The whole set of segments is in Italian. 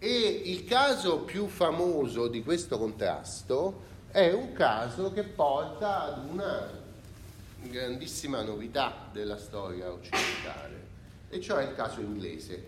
E il caso più famoso di questo contrasto è un caso che porta ad una grandissima novità della storia occidentale, e cioè il caso inglese.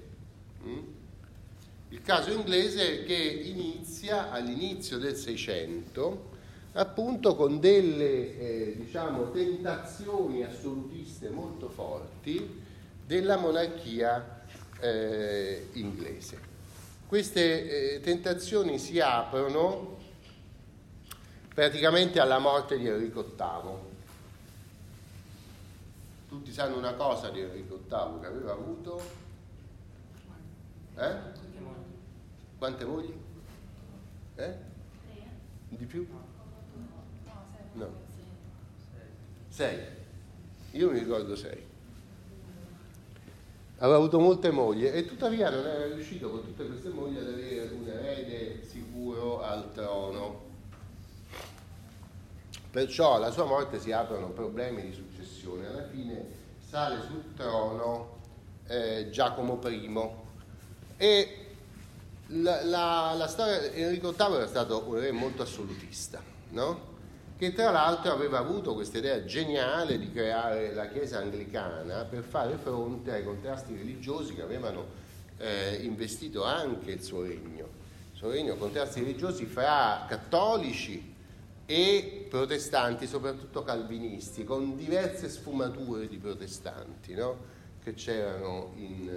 Il caso inglese che inizia all'inizio del Seicento, appunto con delle tentazioni assolutiste molto forti della monarchia inglese. Queste tentazioni si aprono praticamente alla morte di Enrico VIII. Tutti sanno una cosa di Enrico VIII, che aveva avuto quante mogli? Di più? No. 6. Io mi ricordo 6. Aveva avuto molte mogli e tuttavia non era riuscito con tutte queste mogli ad avere un erede sicuro al trono. Perciò alla sua morte si aprono problemi di successione. Alla fine sale sul trono Giacomo I, e la storia di Enrico VIII era stato un re molto assolutista, no? Che tra l'altro aveva avuto questa idea geniale di creare la Chiesa anglicana per fare fronte ai contrasti religiosi che avevano investito anche il suo regno, contrasti religiosi fra cattolici e protestanti, soprattutto calvinisti, con diverse sfumature di protestanti, no? Che c'erano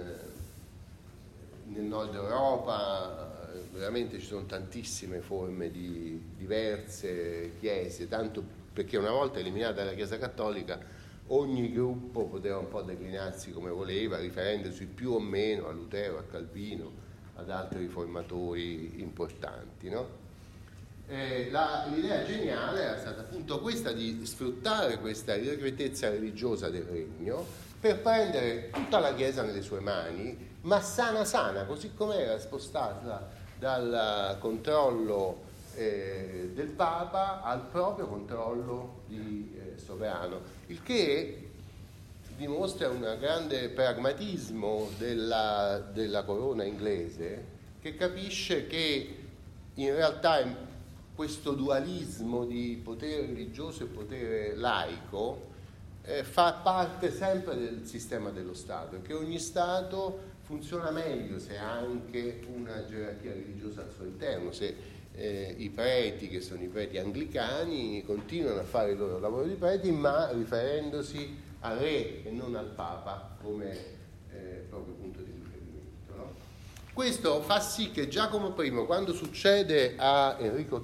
nel nord Europa. Veramente ci sono tantissime forme di diverse chiese, tanto perché una volta eliminata la Chiesa cattolica ogni gruppo poteva un po' declinarsi come voleva, riferendosi più o meno a Lutero, a Calvino, ad altri riformatori importanti, no? L'idea geniale era stata appunto questa, di sfruttare questa irrequietezza religiosa del regno per prendere tutta la Chiesa nelle sue mani, ma sana, così come era, spostarla dal controllo del Papa al proprio controllo di sovrano, il che dimostra un grande pragmatismo della corona inglese, che capisce che in realtà questo dualismo di potere religioso e potere laico fa parte sempre del sistema dello Stato, e che ogni Stato funziona meglio se ha anche una gerarchia religiosa al suo interno, se i preti, che sono i preti anglicani, continuano a fare il loro lavoro di preti, ma riferendosi al re e non al Papa come proprio punto di riferimento, no? Questo fa sì che Giacomo I, quando succede a Enrico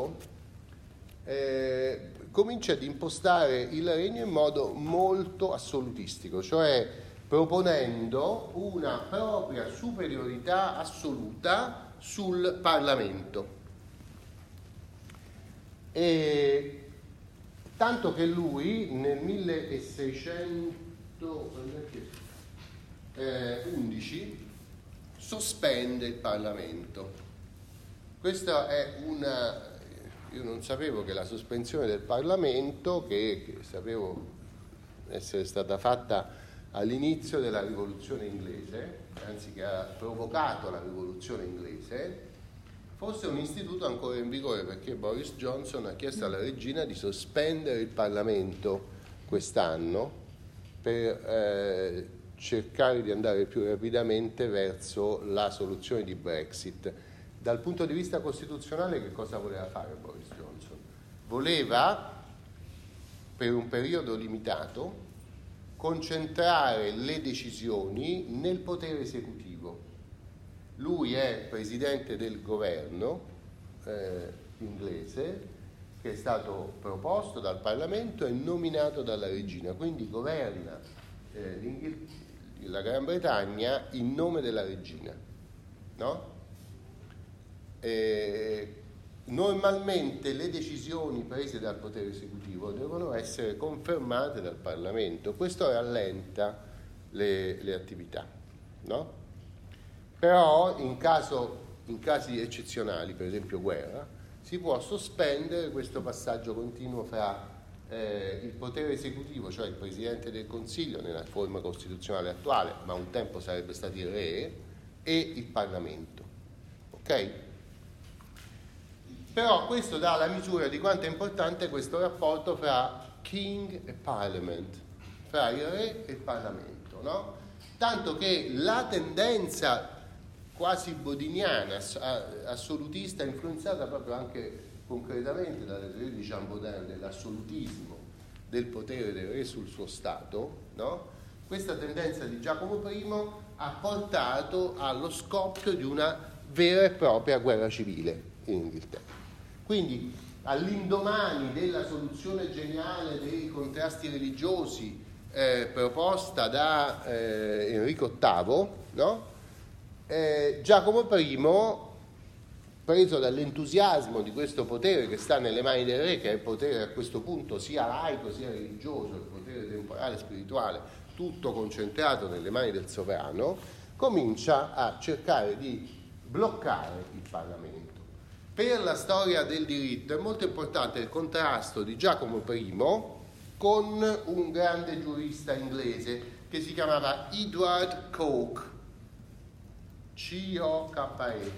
VIII, comincia ad impostare il regno in modo molto assolutistico, cioè proponendo una propria superiorità assoluta sul Parlamento. E tanto che lui nel 1611 sospende il Parlamento. Questa è io non sapevo che la sospensione del Parlamento, che sapevo essere stata fatta all'inizio della rivoluzione inglese, anzi che ha provocato la rivoluzione inglese, fosse un istituto ancora in vigore, perché Boris Johnson ha chiesto alla regina di sospendere il Parlamento quest'anno per cercare di andare più rapidamente verso la soluzione di Brexit. Dal punto di vista costituzionale, che cosa voleva fare Boris Johnson? Voleva, per un periodo limitato, concentrare le decisioni nel potere esecutivo. Lui è presidente del governo inglese, che è stato proposto dal Parlamento e nominato dalla regina, quindi governa la Gran Bretagna in nome della regina, no? Normalmente le decisioni prese dal potere esecutivo devono essere confermate dal Parlamento. Questo rallenta le attività, no? Però in casi eccezionali, per esempio guerra, si può sospendere questo passaggio continuo fra il potere esecutivo, cioè il Presidente del Consiglio nella forma costituzionale attuale, ma un tempo sarebbe stato il Re, e il Parlamento. ok? Però questo dà la misura di quanto è importante questo rapporto fra King e Parliament, fra il re e il Parlamento, no? Tanto che la tendenza quasi bodiniana, assolutista, influenzata proprio anche concretamente dalle teorie di Jean Bodin dell'assolutismo del potere del re sul suo Stato, no? Questa tendenza di Giacomo I ha portato allo scoppio di una vera e propria guerra civile in Inghilterra. Quindi all'indomani della soluzione geniale dei contrasti religiosi proposta da Enrico VIII, no? Giacomo I, preso dall'entusiasmo di questo potere che sta nelle mani del re, che è il potere a questo punto sia laico sia religioso, il potere temporale e spirituale, tutto concentrato nelle mani del sovrano, comincia a cercare di bloccare il Parlamento. Per la storia del diritto è molto importante il contrasto di Giacomo I con un grande giurista inglese che si chiamava Edward Coke, C-O-K-E.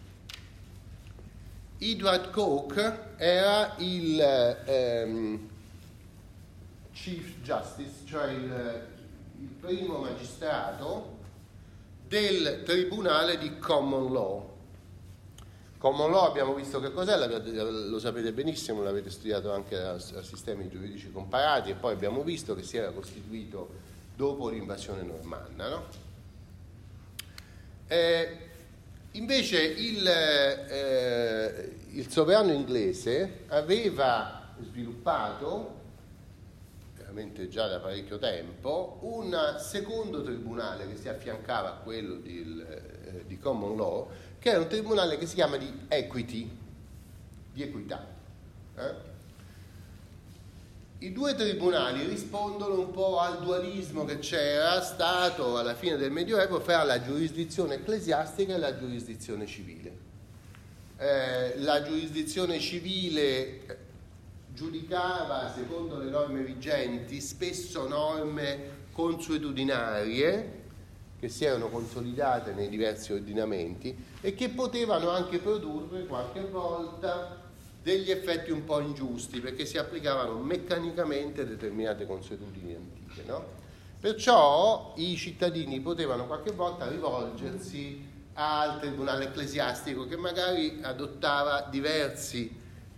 Edward Coke era il Chief Justice, cioè il primo magistrato del Tribunale di Common Law. Common Law abbiamo visto che cos'è, lo sapete benissimo, l'avete studiato anche a sistemi giuridici comparati, e poi abbiamo visto che si era costituito dopo l'invasione normanna, no? Invece il sovrano inglese aveva sviluppato, veramente già da parecchio tempo, un secondo tribunale che si affiancava a quello di Common Law, che era un tribunale che si chiama di equity, di equità. I due tribunali rispondono un po' al dualismo che c'era stato alla fine del Medioevo fra la giurisdizione ecclesiastica e la giurisdizione civile. La giurisdizione civile giudicava secondo le norme vigenti, spesso norme consuetudinarie che si erano consolidate nei diversi ordinamenti e che potevano anche produrre qualche volta degli effetti un po' ingiusti, perché si applicavano meccanicamente determinate consuetudini antiche, no? Perciò i cittadini potevano qualche volta rivolgersi al tribunale ecclesiastico che magari adottava diversi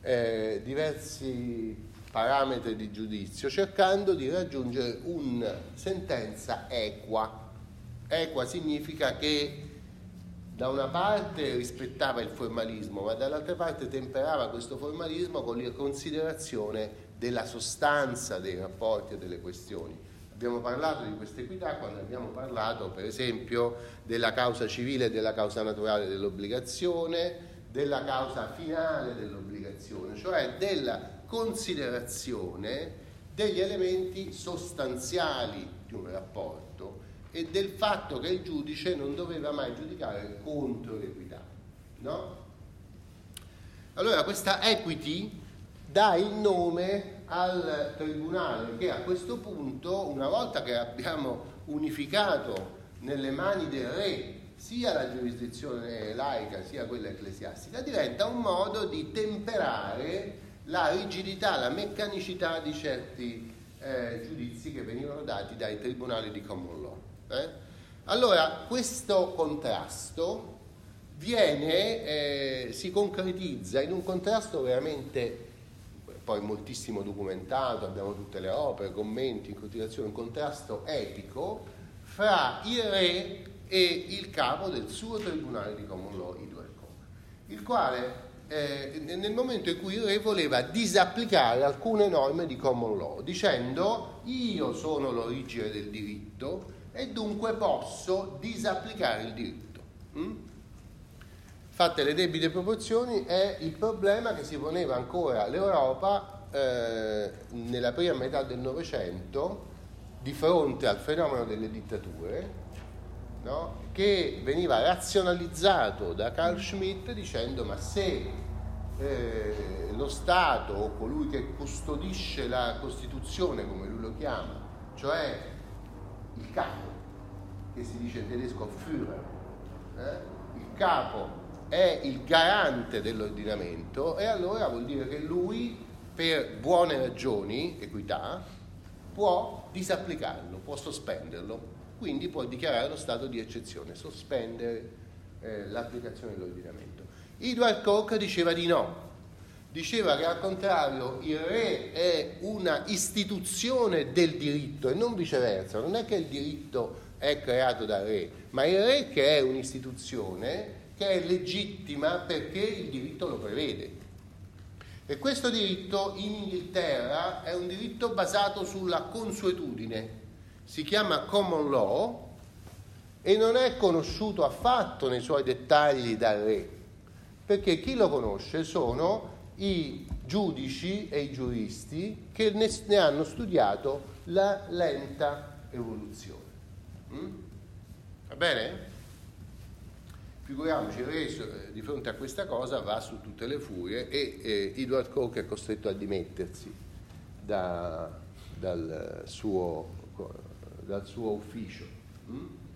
parametri di giudizio, cercando di raggiungere una sentenza equa. Equa significa che da una parte rispettava il formalismo, ma dall'altra parte temperava questo formalismo con la considerazione della sostanza dei rapporti e delle questioni. Abbiamo parlato di questa equità quando abbiamo parlato, per esempio, della causa civile e della causa naturale dell'obbligazione, della causa finale dell'obbligazione, cioè della considerazione degli elementi sostanziali di un rapporto e del fatto che il giudice non doveva mai giudicare contro l'equità, no? Allora questa equity dà il nome al tribunale che a questo punto, una volta che abbiamo unificato nelle mani del re sia la giurisdizione laica sia quella ecclesiastica, diventa un modo di temperare la rigidità, la meccanicità di certi giudizi che venivano dati dai tribunali di common law. Allora questo contrasto si concretizza in un contrasto veramente poi moltissimo documentato, abbiamo tutte le opere, commenti, in continuazione, un contrasto epico fra il re e il capo del suo tribunale di common law, Edward Coke, il quale nel momento in cui il re voleva disapplicare alcune norme di common law, dicendo: io sono l'origine del diritto e dunque posso disapplicare il diritto. Fatte le debite proporzioni, è il problema che si poneva ancora l'Europa nella prima metà del Novecento di fronte al fenomeno delle dittature, no? Che veniva razionalizzato da Carl Schmitt dicendo: ma se lo Stato o colui che custodisce la Costituzione, come lui lo chiama, cioè il capo, che si dice in tedesco Führer, il capo è il garante dell'ordinamento, e allora vuol dire che lui, per buone ragioni, equità, può disapplicarlo, può sospenderlo, quindi può dichiarare lo stato di eccezione, sospendere l'applicazione dell'ordinamento. Edward Coke diceva di no, diceva che al contrario il re è una istituzione del diritto e non viceversa, non è che il diritto è creato dal re, ma il re che è un'istituzione che è legittima perché il diritto lo prevede. E questo diritto in Inghilterra è un diritto basato sulla consuetudine, si chiama common law e non è conosciuto affatto nei suoi dettagli dal re, perché chi lo conosce sono i giudici e i giuristi che ne hanno studiato la lenta evoluzione. Va bene? Figuriamoci, il re di fronte a questa cosa va su tutte le furie e Edward Coke è costretto a dimettersi dal suo ufficio.